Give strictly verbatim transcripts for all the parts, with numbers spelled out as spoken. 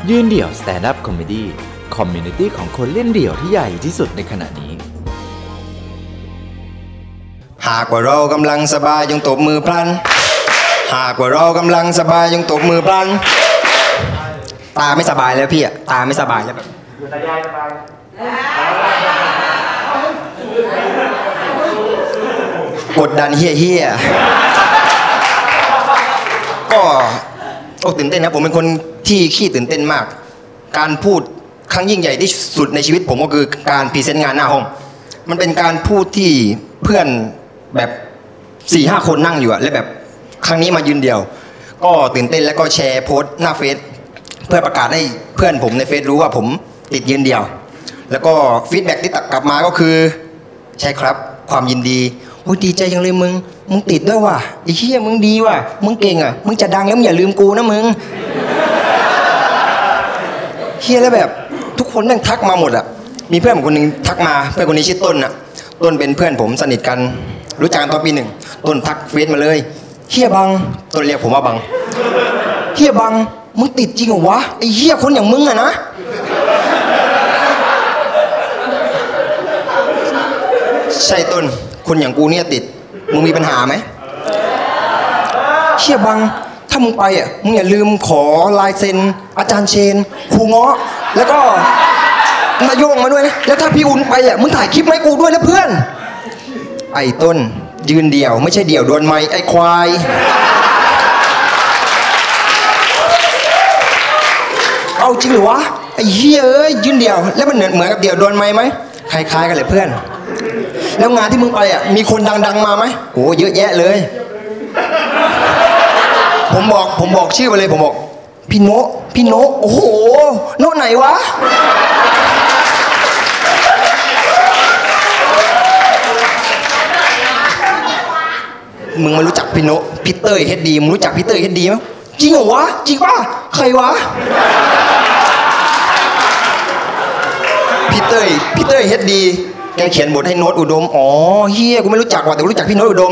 ยืนเดี่ยวสแตนด์อัพคอมเมดี้คอมมูนิตี้ของคนเล่นเดี่ยวที่ใหญ่ที่สุดในขณะนี้หากว่าเรากำลังสบายจงตบมือพลันหากว่าเรากำลังสบายจงตบมือพลันตาไม่สบายแล้วพี่อะตาไม่สบายแล้วแบบตายายสบายกดดันเฮี้ยเฮี้ยก็โอ้ตื่นเต้นนะผมเป็นคนที่ขี้ตื่นเต้นมากการพูดครั้งยิ่งใหญ่ที่สุดในชีวิตผมก็คือการพรีเซนต์งานหน้าห้องมันเป็นการพูดที่เพื่อนแบบสี่ห้าคนนั่งอยู่อะและแบบครั้งนี้มายืนเดียวก็ตื่นเต้นแล้วก็แชร์โพสต์หน้าเฟซเพื่อประกาศให้เพื่อนผมในเฟซรู้ว่าผมติดยืนเดียวแล้วก็ฟีดแบ็กที่ตักกลับมาก็คือใช่ครับความยินดีโอ้ยดีใจจังเลยมึงมึงติดด้วยว่ะไอ้เหี้ยมึงดีว่ะมึงเก่งอ่ะมึงจะดังแล้วมึงอย่าลืมกูนะมึงเหี้ยแล้วแบบทุกคนแม่งทักมาหมดอ่ะมีเพื่อนผมคนนึงทักมาเพื่อนคนนี้ชื่อต้นอ่ะต้นเป็นเพื่อนผมสนิทกันรู้จักกันตอนปีหนึ่งต้นทักเฟซมาเลยเหี้ยบังต้นเรียกผมว่าบังเหี้ยบังมึงติดจริงเหรอวะไอ้เหี้ยคนอย่างมึงอะนะใช่ต้นคนอย่างกูเนี่ยติดมึงมีปัญหาไหมเชี่ยบังถ้ามึงไปอ่ะมึงอย่าลืมขอลายเซ็นอาจารย์เชนครูเงาะแล้วก็นายโยงมาด้วยนะแล้วถ้าพี่อุ่นไปอ่ะมึงถ่ายคลิปให้กูด้วยนะเพื่อนไอ้ต้นยืนเดี่ยวไม่ใช่เดี่ยวโดนไม้ไอ้ควายเอาจริงหรือวะไอ้เหี้ยเอ้ยยืนเดี่ยวแล้วมันเหมือนเหมือนกับเดี่ยวโดนไม้ไหมคล้ายๆกันเลยเพื่อนแล้วงานที่มึงไปอ่ะมีคนดังๆมาไหมโอ้เยอะแยะเลยผมบอกผมบอกชื่อไปเลยผมบอกพี่โนพี่โนโอ้โหโนไหนวะมึงไม่รู้จักพี่โนพี่เต้ยเฮดดีมึงรู้จักพี่เต้ยเฮดดีไหมจริงเหรอวะจริงป่ะใครวะพี่เต้ยพี่เต้ยเฮดดีแกเขียนบทให้โน้ตอุดมอ๋อเฮียกูไม่รู้จักว่ะแต่กูรู้จักพี่โน้ตอุดม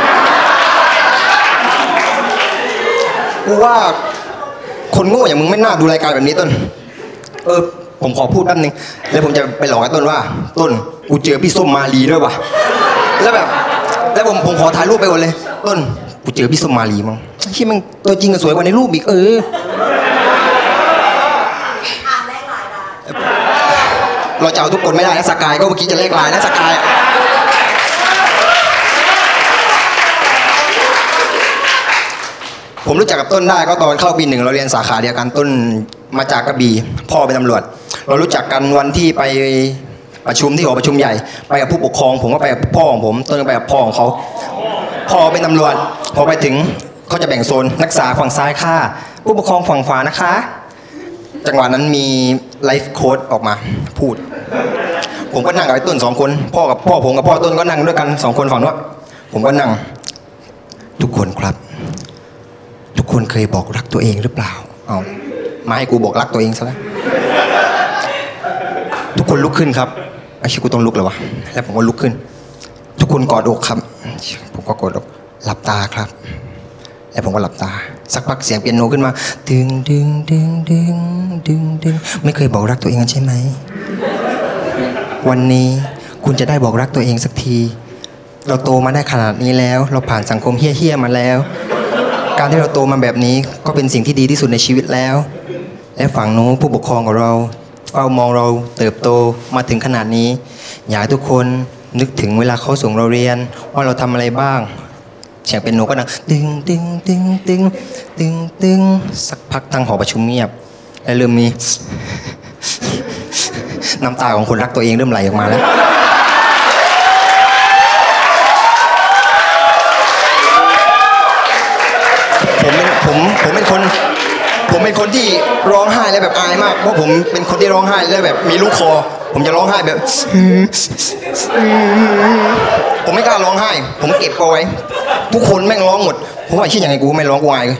กูว่าคนโง่อย่างมึงไม่น่าดูรายการแบบนี้ต้นเออผมขอพูดแป๊บนึงแล้วผมจะไปหลอกไอ้ต้นว่าต้นกูเจอพี่ส้มมาลีด้วยว่ะแล้วแบบแล้วผมผมขอถ่ายรูปไปก่อนเลยต้นกูเจอพี่ส้มมาลีมั้งที่มันตัวจริงก็สวยกว่าในรูปอีกเออเราจะเอาทุกคนไม่ได้นะสกายก็เมื่อกี้จะเลขลายนะสกายผมรู้จักกับต้นได้ก็ตอนเข้าปีหนึ่งเราเรียนสาขาเดียวกันต้นมาจากกระบี่พ่อเป็นตำรวจเรารู้จักกันวันที่ไปประชุมที่หอประชุมใหญ่ไปกับผู้ปกครองผมก็ไปกับพ่อของผมต้นก็ไปกับพ่อของเขาพ่อเป็นตำรวจพอไปถึงเขาจะแบ่งโซนนักศึกษาฝั่งซ้ายค่ะผู้ปกครองฝั่งขวานะคะจังหวะนั้นมีไลฟ์โค้ดออกมาพูดผมก็นั่งกับไอ้ต้นสองคนพ่อกับพ่อผมกับพ่อต้นก็นั่งด้วยกันสองคนฝั่งนู้นผมก็นั่งทุกคนครับทุกคนเคยบอกรักตัวเองหรือเปล่าเอามาให้กูบอกรักตัวเองซะแล้วทุกคนลุกขึ้นครับไอ้ชิกูต้องลุกเลยวะแล้วผมก็ลุกขึ้นทุกคนกอดอกครับผมก็กอดอกหลับตาครับแล้วผมก็หลับตาสักพักเสียงเปียโนขึ้นมาดึงดึงดึงดึงดึงดึงไม่เคยบอกรักตัวเองกันใช่ไหมวันนี้คุณจะได้บอกรักตัวเองสักทีเราโตมาได้ขนาดนี้แล้วเราผ่านสังคมเฮี้ยๆมาแล้วการที่เราโตมาแบบนี้ก็เป็นสิ่งที่ดีที่สุดในชีวิตแล้วและฝั่งโน้นผู้ปกครองของเราเฝ้ามองเราเติบโตมาถึงขนาดนี้อยากให้ทุกคนนึกถึงเวลาเขาส่งเราเรียนว่าเราทำอะไรบ้างเสียงเป็นโนก็ดังตึงตึงตึงตึงตึงตึงสักพักทางหอประชุมเงียบและเริ่มมีน้ำตาของคนรักตัวเองเริ่มไหลออกมาแล้วผมเป็นผมผมเป็นคนผมเป็นคนที่ร้องไห้แล้วแบบอายมากเพราะผมเป็นคนที่ร้องไห้แล้วแบบมีลูกคอผมจะร้องไห้แบบผมไม่กล้าร้องไห้ผมเก็บเอาไว้ทุกคนแม่งร้องหมดผมว่าคิดยังไงกูไม่ร้องกูอาย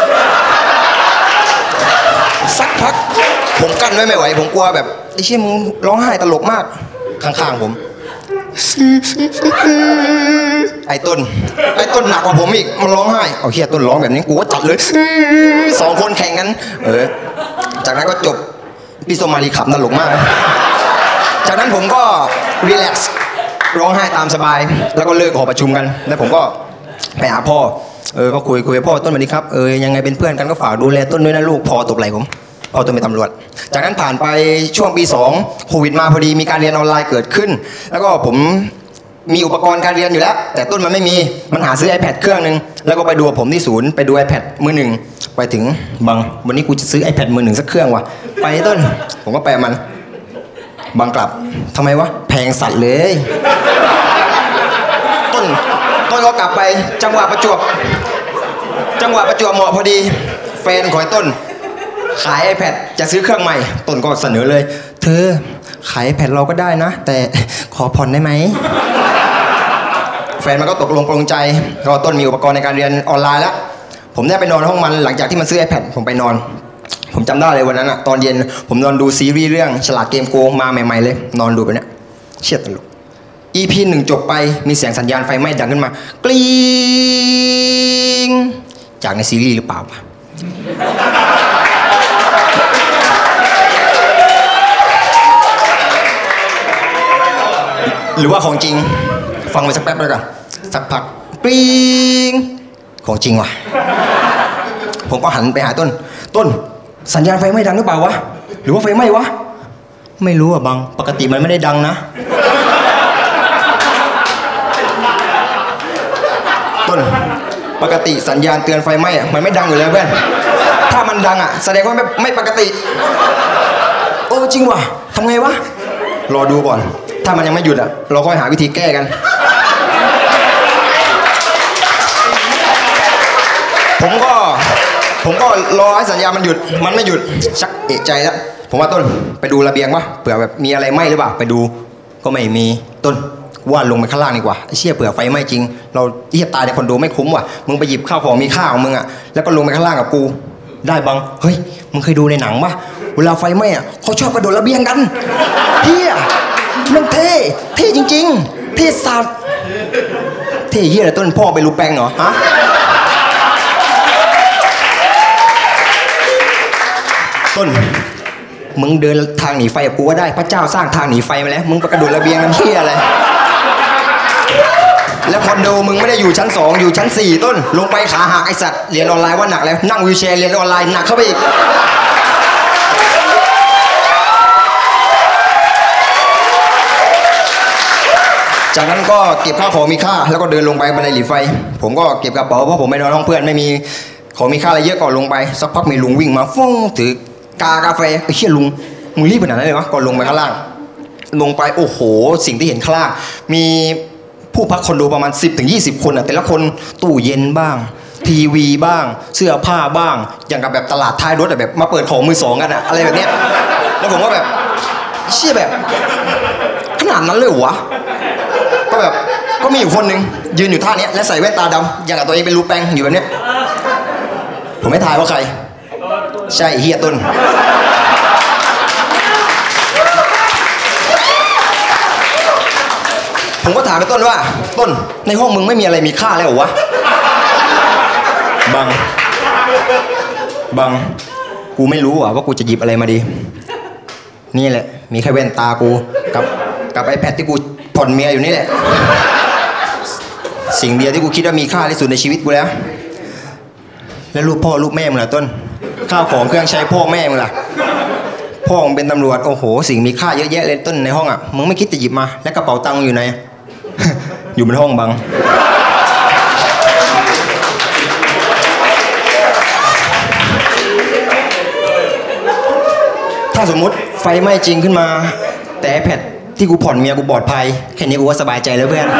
สักพักผมกั้นไว้ไม่ไหวผมกลัวแบบไอ้เชี่ยมึงร้องไห้ตลกมากข้างๆผมไอ้ต้นไอ้ต้นหนักกว่าผมอีกมันร้องไห้เอาเฮียต้นร้องแบบนี้กูก็จัดเลยสองคนแข่งกันเออจากนั้นก็จบพี่สมมารีขับตลกมากจากนั้นผมก็รีแลกซ์ร้องไห้ตามสบายแล้วก็เลิกหอประชุมกันแล้วผมก็ไปหาพ่อเออก็คุยคุยกับพ่อต้นวันนี้ครับเออยังไงเป็นเพื่อนกันก็ฝากดูแลต้นด้วยนะลูกพอตบไหล่ผมพ่อต้นเป็นตำรวจจากนั้นผ่านไปช่วงปีสองโควิดมาพอดีมีการเรียนออนไลน์เกิดขึ้นแล้วก็ผมมีอุปกรณ์การเรียนอยู่แล้วแต่ต้นมันไม่มีมันหาซื้อ iPad เครื่องนึงแล้วก็ไปดูผมที่ศูนย์ไปดู iPad มือหนึ่งไปถึงบังวันนี้กูจะซื้อ iPad มือหนึ่งสักเครื่องว่ะไปต้นผมก็ไปมันบังกลับทำไมวะแพงสัตว์เลยต้นต้นก็กลับไปจังหวะประจวบจังหวะประจวบเหมาะพอดีแฟนของต้นขาย iPad จะซื้อเครื่องใหม่ต้นก็เสนอเลยเธอขาย iPad เราก็ได้นะแต่ขอผ่อนได้ไหมแฟนมันก็ตกลงปลงใจก็ต้นมีอุปกรณ์ในการเรียนออนไลน์แล้วผมได้ไปนอนห้องมันหลังจากที่มันซื้อ iPad ผมไปนอนผมจำได้เลยวันนั้นอะตอนเย็นผมนอนดูซีรีส์เรื่องฉลาดเกมโกงมาใหม่ๆเลยนอนดูไปเนี้ยเชี่ยตลก อี พี หนึ่งจบไปมีเสียงสัญญาณไฟไหม้ดังขึ้นมากรี๊งจากในซีรีส์หรือเปล่าวะหรือว่าของจริงฟังไปสักแป๊บแล้วกันสักพักปรี๊งของจริงว่ะผมก็หันไปหาต้นต้นสัญญาณไฟไหม้ดังหรือเปล่าวะหรือว่าไฟไหม้วะไม่รู้อ่ะบังปกติมันไม่ได้ดังนะต้นปกติสัญญาณเตือนไฟไหม้อ่ะมันไม่ดังอยู่แล้วเพื่อนถ้ามันดังอ่ะแสดงว่าไม่ไม่ปกติโอ้จริงว่ะทำไงวะรอดูก่อนถ้ามันยังไม่หยุดอ่ะเราค่อยหาวิธีแก้กันผมก็ผมก็รอให้สัญญาณมันหยุดมันไม่หยุดชักเอะใจแล้วผมว่าต้นไปดูระเบียงวะเผื่อแบบมีอะไรไหม้หรือเปล่าไปดูก็ไม่มีต้นว่าลงไปข้างล่างดีกว่าไอ้เชี่ยเผื่อไฟไหม้จริงเราเหี้ยตายในคอนโดไม่คุ้มว่ะมึงไปหยิบข้าวของมีค่าของมึงอ่ะแล้วก็ลงไปข้างล่างกับกูได้บังเฮ้ยมึงเคยดูในหนังปะเวลาไฟไหม้อ่ะเขาชอบกระโดดระเบียงกันเฮียมันเท่เท่จริงๆเท่สัตว์เท่เฮียอะไรต้นพ่อไปรูปแปลงเหรอฮะต้นมึงเดินทางหนีไฟกับกูก็ได้พระเจ้าสร้างทางหนีไฟมาแล้วมึงไปกระโดดระเบียงกันเฮียอะไรแล้วคอนโดมึงไม่ได้อยู่ชั้นสองอยู่ชั้นสี่ต้นลงไปขาหักไอสัตว์เรียนออนไลน์ว่าหนักแล้วนั่งวีลแชร์เรียนออนไลน์หนักเข้าไปอีกจากนั้นก็เก็บข้าวของมีค่าแล้วก็เดินลงไปบันไดหลีไฟผมก็เก็บกระเป๋าเพราะผมไปนอนห้องเพื่อนไม่มีของมีค่าอะไรเยอะก่อนลงไปสักพักมีลุงวิ่งมาฟุ้งถือกากาแฟไอ้เชี่ยลุงมึงรีบไปไหนเลยวะก่อนลงไปข้างล่างลงไปโอ้โหสิ่งที่เห็นข้างล่างมีผู้พักคอนโดประมาณ สิบถึงยี่สิบ คนอ่ะแต่ละคนตู้เย็นบ้างทีวีบ้างเสื้อผ้าบ้างอย่างกับแบบตลาดท้ายรถแบบมาเปิดของมือสองกันอะอะไรแบบเนี้ยแล้วผมก็แบบเชี่ยแบบขนาดนั้นเลยเหรอวะก็แบบก็มีอยู่คนหนึ่งยืนอยู่ท่านี้และใส่แว่นตาดำอย่างกับตัวเองเป็นรูปแป้งอยู่แบบเนี้ยผมไม่ทายว่าใครใช่เฮียต้นผมก็ถามไปต้นว่าต้นในห้องมึงไม่มีอะไรมีค่าแล้วเหรอวะบังบังกูไม่รู้ว่ากูจะหยิบอะไรมาดีนี่แหละมีแค่แว่นตากูกับกับไอแพดที่กูผ่อนเมียอยู่นี่แหละสิ่งเดียวที่กูคิดว่ามีค่าที่สุดในชีวิตกูแล้วแล้วรูปพ่อรูปแม่มึงล่ะต้นข้าวของเครื่องใช้พ่อแม่มึงล่ะพ่อมึงเป็นตำรวจโอ้โหสิ่งมีค่าเยอะแยะเลยต้นในห้องอ่ะมึงไม่คิดจะหยิบมาแล้วกระเป๋าตังค์อยู่ไหน อยู่บนห้องบังถ้าสมมุติไฟไหม้จริงขึ้นมาแต่ไอแพดที่กูผ่อนเมียกูปลอดภัยแค่นี้กูก็สบายใจแล้วเพื่อน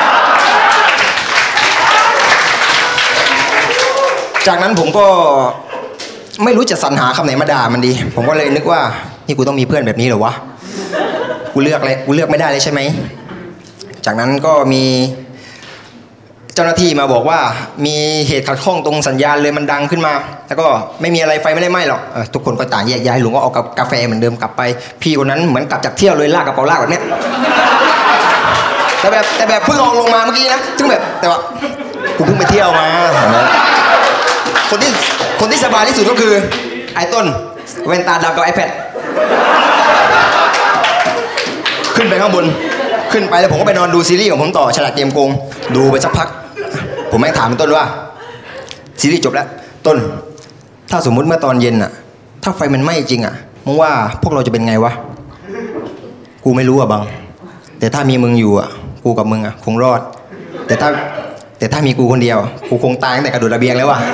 จากนั้นผมก็ไม่รู้จะสรรหาคำไหนมาด่ามันดีผมก็เลยนึกว่านี่กูต้องมีเพื่อนแบบนี้เหรอวะกูเลือกอะไรกูเลือกไม่ได้เลยใช่ไหมจากนั้นก็มีเจ้าหน้าที่มาบอกว่ามีเหตุขัดข้องตรงสัญญาณเลยมันดังขึ้นมาแล้วก็ไม่มีอะไรไฟไม่ได้ไหม้หรอกทุกคนก็ต่างแยกย้ายลุงก็เอากาแฟเหมือนเดิมกลับไปพี่คนนั้นเหมือนกลับจากเที่ยวเลยลากกระเป๋าลากแบบนี้แต่แบบแต่แบบเพิ่งลองลงมาเมื่อกี้นะซึ่งแบบแต่ว่ากูเพิ่งไปเที่ยวมาคนที่คนที่สบายที่สุดก็คือไอ้ต้นแว่นตาดำกับ iPad ขึ้นไปข้างบนขึ้นไปแล้วผมก็ไปนอนดูซีรีส์ของผมต่อฉลาดเกมโกงดูไปสักพักผมแม่งถามต้นว่าซีรีส์จบแล้วต้นถ้าสมมุติเมื่อตอนเย็นอะถ้าไฟมันไหม้จริงอะมึงว่าพวกเราจะเป็นไงวะกูไม่รู้อะบังแต่ถ้ามีมึงอยู่อะกูกับมึงอะคงรอดแต่ถ้าแต่ถ้ามีกูคนเดียวกูคงตายตั้งแต่กระโดดระเบียงแล้วว่ะ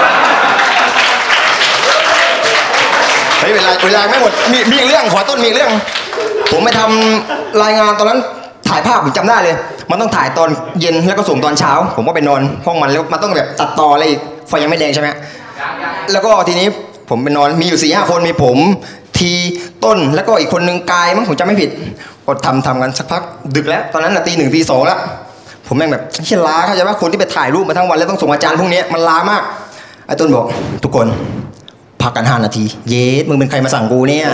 เฮ้ยเวลาเวลาไม่หมดมีมีเรื่องขอต้นมีเรื่องผมไปทำรายงานตอนนั้นถ่ายภาพผมจำได้เลยมันต้องถ่ายตอนเย็นแล้วก็ส่งตอนเช้าผมก็ไปนอนห้องมันแล้วมันต้องแบบตัดต่ออะไรอีกไฟยังไม่แดงใช่ไหมแล้วก็ทีนี้ผมไปนอนมีอยู่สี่ห้าคนมีผมทีต้นแล้วก็อีกคนนึงกายมั้งผมจำไม่ผิดก็ทำทำกันสักพักดึกแล้วตอนนั้นตีหนึ่งตีสองแล้วผมแม่งแบบเฮียล้าเข้าใจว่าคนที่ไปถ่ายรูปมาทั้งวันแล้วต้องส่งอาจารย์พวกนี้มันล้ามากไอ้ต้นบอกทุกคนพักกันห้านาทีเย็ดมึงเป็นใครมาสั่งกูเนี่ย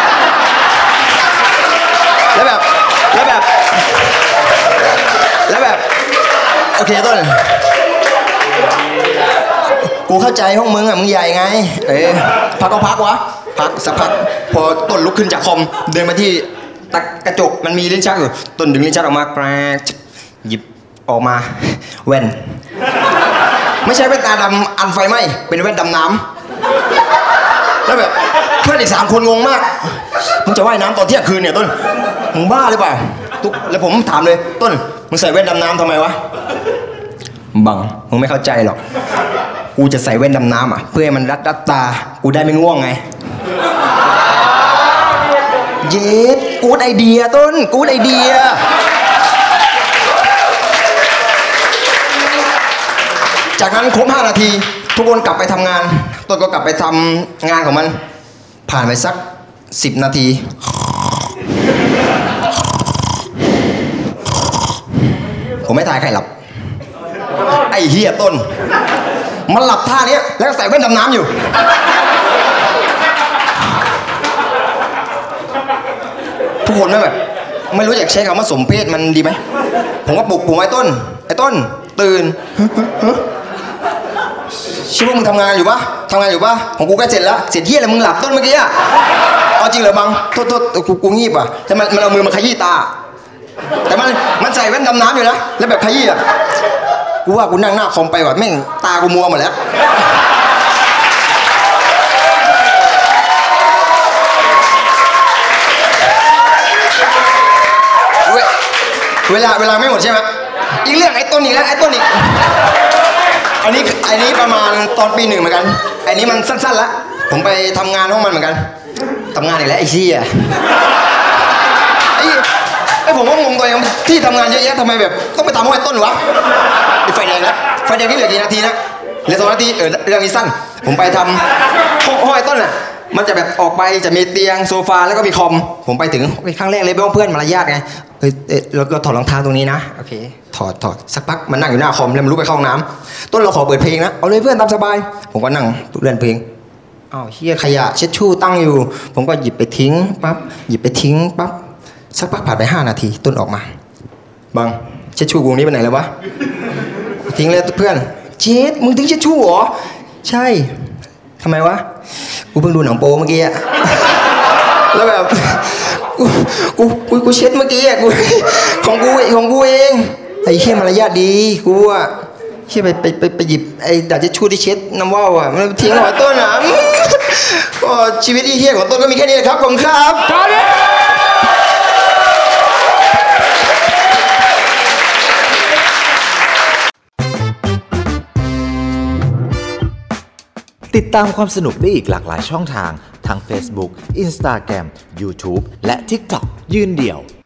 แล้วแบบแล้วแบบแล้วแบบโอเคต้นกูเข้าใจห้องมึงอ่ะมึงใหญ่ไงเออพักก็พักวะพักสักพักพอต้นลุกขึ้นจากคอมเดินมาที่ตะกระจกมันมีลิ้นชักอยู่ต้นดึงลิ้นชักออกมาแกรกหยิบออกมาแว่นไม่ใช่แว่นตาดำอันไฟไหม้เป็นแว่นดำน้ำแล้วแบบเพื่อนอีกสามคนงงมากมึงจะว่ายน้ำตอนเที่ยงคืนเนี่ยต้นมึงบ้าหรือเปล่าทุกแล้วผมถามเลยต้นมึงใส่แว่นดำน้ำทำไมวะบังมึงไม่เข้าใจหรอกกูจะใส่แว่นดำน้ำอ่ะเพื่อให้มันรัดรัดตากูได้ไม่ง่วงไงเย็ดกูดไอเดียต้นกูดไอเดียจากนั้นครบห้านาทีทุกคนกลับไปทำงานต้นก็กลับไปทำงานของมันผ่านไปสักสิบนาทีผมไม่ทายใครหลับไอ้เหี้ยต้นมันหลับท่านี้แล้วก็ใส่แว่นดำน้ำอยู่ทุกคนไม่แบบไม่รู้อยากใช้คำว่าสมเพศมันดีไหมผมก็ปลุกปลุกไอ้ต้นไอ้ต้นตื่นชิบุมึงทำงานอยู่ปะทำงานอยู่ปะของกูใกล้เสร็จแล้วเสร็จเหี้ยอะไรมึงหลับต้นเมื่อกี้อะเอาจริงเหรอบังโทษโทษกูกูงีบอ่ะแต่มันมันเอามือมาขยี้ตาแต่มันมันใส่แว่นดำน้ำอยู่นะแล้วแบบขยี้อ่ะกูว่ากูนั่งหน้าคอมไปว่ะแม่งตากูมัวหมดแล้วเวลาเวลาไม่หมดใช่ไหมอีกเรื่องไอ้ต้นอีกแล้วไอ้ต้นอีกอันนี้อันนี้ประมาณตอนปีหนึ่งเหมือนกันอันนี้มันสั้นๆแล้วผมไปทำงานห้องมันเหมือนกันทำงานอีกแล้วไอ้เหี้ยไอ้ไอ้ผมก็งงตัวเองที่ทำงานเยอะแยะทำไมแบบต้องไปทำห้องไอ้ต้นวะไฟแดงแล้วไฟแดงนี่เหลือกี่นาทีนะเหลือสองนาทีเออเรื่องนี้สั้นผมไปทำห้องไอ้ต้นอ่ะมันจะแบบออกไปจะมีเตียงโซฟาแล้วก็มีคอมผมไปถึงครั้งแรกเลยไปว่าเพื่อนมารยาทไงเฮ้ยเราเราถอดรองเท้าตรงนี้นะโอเคถอดถอดสักพักมันนั่งอยู่หน้าคอมแล้วมันลุกไปเข้าห้องน้ำต้นเราขอเปิดเพลงนะเอาเลยเพื่อนตามสบายผมก็นั่งเล่นเพลงอ้าวเฮียขยะเช็ดชู่ตั้งอยู่ผมก็หยิบไปทิ้งปั๊บหยิบไปทิ้งปั๊บสักพักผ่านไปห้านาทีต้นออกมาบังเช็ดชู่วงนี้ไปไหนแล้ววะทิ้งเลยเพื่อนเช็ดมึงทิ้งเช็ดชู่เหรอใช่ทำไมวะกูเพิ่งดูหนังโป๊เมื่อกี้อะแล้วแบบกูกูกูกูเช็ดเมื่อกี้อะกูของกูของกูเองไอ้เหี้ยมารยาทดีกูอะเหี้ยไปไปไปไปหยิบไอ้ดาษเช็ดชู่ที่เช็ดน้ำว่าวอะมันทิ้งหัวต้นอะก็ชีวิตที่เหี้ยของต้นก็มีแค่นี้ครับผมครับติดตามความสนุกได้อีกหลากหลายช่องทางทั้ง Facebook, Instagram, YouTube และ TikTok ยืนเดี่ยว